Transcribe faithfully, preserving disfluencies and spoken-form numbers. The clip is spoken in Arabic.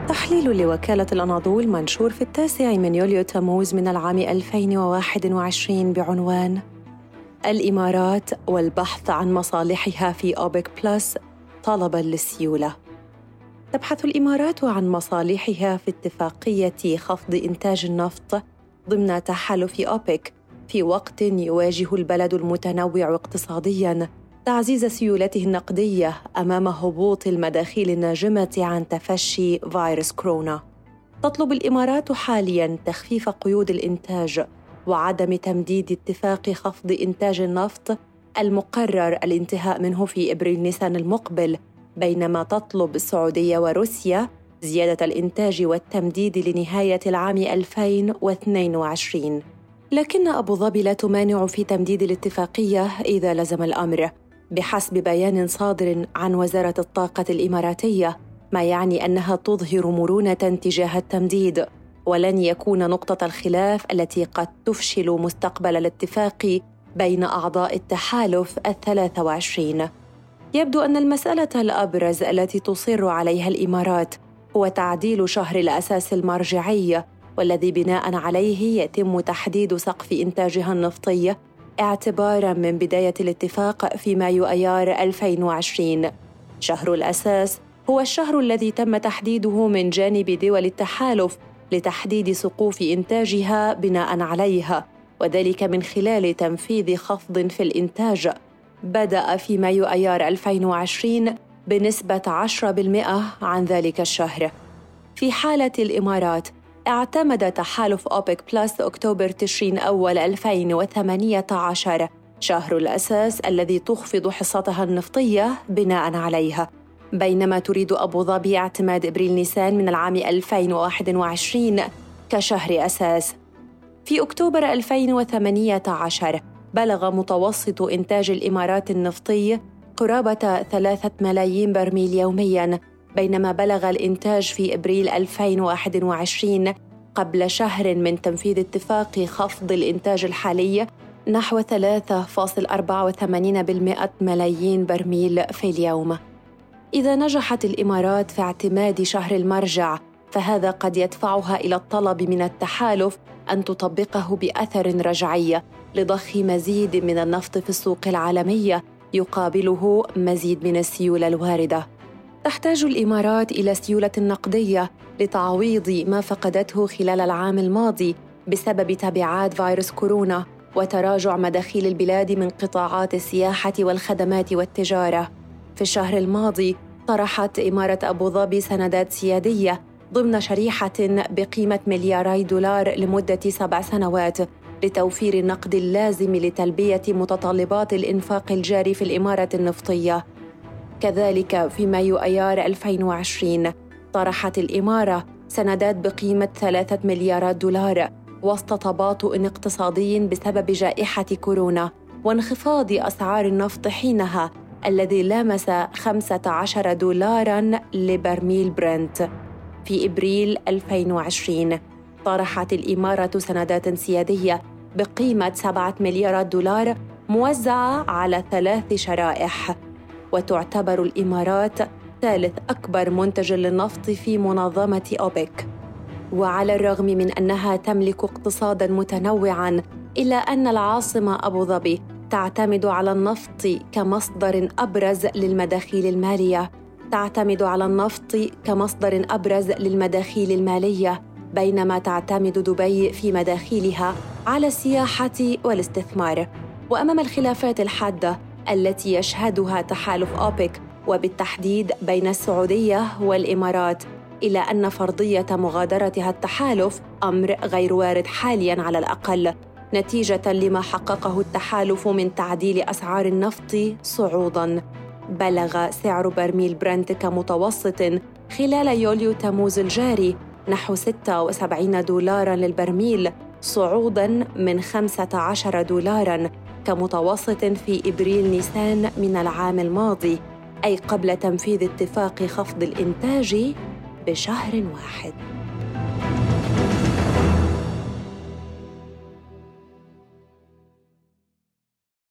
تحليل لوكالة الأناضول منشور في التاسع من يوليو تموز من العام ألفين وواحد وعشرين بعنوان الإمارات والبحث عن مصالحها في أوبك بلس طلباً للسيولة. تبحث الإمارات عن مصالحها في اتفاقية خفض إنتاج النفط ضمن تحالف أوبك في وقت يواجه البلد المتنوع اقتصادياً تعزيز سيولته النقدية أمام هبوط المداخيل الناجمة عن تفشي فيروس كورونا. تطلب الإمارات حالياً تخفيف قيود الإنتاج وعدم تمديد اتفاق خفض إنتاج النفط المقرر الانتهاء منه في إبريل نيسان المقبل، بينما تطلب السعودية وروسيا زيادة الإنتاج والتمديد لنهاية العام ألفين واثنين وعشرين. لكن أبو ظبي لا تمانع في تمديد الاتفاقية إذا لزم الأمر، بحسب بيان صادر عن وزارة الطاقة الإماراتية، ما يعني أنها تظهر مرونة تجاه التمديد، ولن يكون نقطة الخلاف التي قد تفشل مستقبل الاتفاق بين أعضاء التحالف الثلاث وعشرين. يبدو أن المسألة الأبرز التي تصر عليها الإمارات هو تعديل شهر الأساس المرجعي، والذي بناء عليه يتم تحديد سقف إنتاجها النفطي اعتباراً من بداية الاتفاق في مايو أيار ألفين وعشرين. شهر الأساس هو الشهر الذي تم تحديده من جانب دول التحالف لتحديد سقوف إنتاجها بناء عليها، وذلك من خلال تنفيذ خفض في الإنتاج بدأ في مايو أيار ألفين وعشرين بنسبة عشرة بالمئة عن ذلك الشهر. في حالة الإمارات، اعتمد تحالف أوبك بلس أكتوبر تشرين أول ألفين وثمانية عشر شهر الأساس الذي تخفض حصتها النفطية بناء عليها، بينما تريد أبو ظبي اعتماد إبريل نيسان من العام ألفين وواحد وعشرين كشهر أساس. في أكتوبر ألفين وثمانية عشر بلغ متوسط إنتاج الإمارات النفطي قرابة ثلاثة ملايين برميل يومياً، بينما بلغ الإنتاج في إبريل ألفين وواحد وعشرين قبل شهر من تنفيذ اتفاق خفض الإنتاج الحالي نحو ثلاثة فاصلة أربعة وثمانين بالمئة ملايين برميل في اليوم. إذا نجحت الإمارات في اعتماد شهر المرجع، فهذا قد يدفعها إلى الطلب من التحالف أن تطبقه بأثر رجعي لضخ مزيد من النفط في السوق العالمية يقابله مزيد من السيولة الواردة. تحتاج الإمارات إلى سيولة نقدية لتعويض ما فقدته خلال العام الماضي بسبب تبعات فيروس كورونا وتراجع مداخيل البلاد من قطاعات السياحة والخدمات والتجارة. في الشهر الماضي طرحت إمارة أبو ظبي سندات سيادية ضمن شريحة بقيمة ملياري دولار لمدة سبع سنوات لتوفير النقد اللازم لتلبية متطلبات الإنفاق الجاري في الإمارة النفطية. كذلك في مايو أيار ألفين وعشرين طرحت الإمارة سندات بقيمة ثلاثة مليارات دولار وسط تباطؤ اقتصادي بسبب جائحة كورونا وانخفاض أسعار النفط حينها الذي لامس خمسة عشر دولاراً لبرميل برنت. في إبريل ألفين وعشرين طرحت الإمارة سندات سيادية بقيمة سبعة مليارات دولار موزعة على ثلاث شرائح، وتعتبر الإمارات ثالث أكبر منتج للنفط في منظمة أوبك. وعلى الرغم من أنها تملك اقتصاداً متنوعاً، إلا أن العاصمة أبو ظبي تعتمد على النفط كمصدر أبرز للمداخيل المالية تعتمد على النفط كمصدر أبرز للمداخيل المالية بينما تعتمد دبي في مداخيلها على السياحة والاستثمار. وأمام الخلافات الحادة التي يشهدها تحالف أوبك وبالتحديد بين السعودية والإمارات، إلا أن فرضية مغادرتها التحالف أمر غير وارد حالياً على الأقل، نتيجة لما حققه التحالف من تعديل أسعار النفط صعوداً. بلغ سعر برميل برنت كمتوسط خلال يوليو تموز الجاري نحو ستة وسبعين دولاراً للبرميل، صعوداً من خمسة عشر دولاراً كمتوسط في إبريل نيسان من العام الماضي، أي قبل تنفيذ اتفاق خفض الإنتاج بشهر واحد.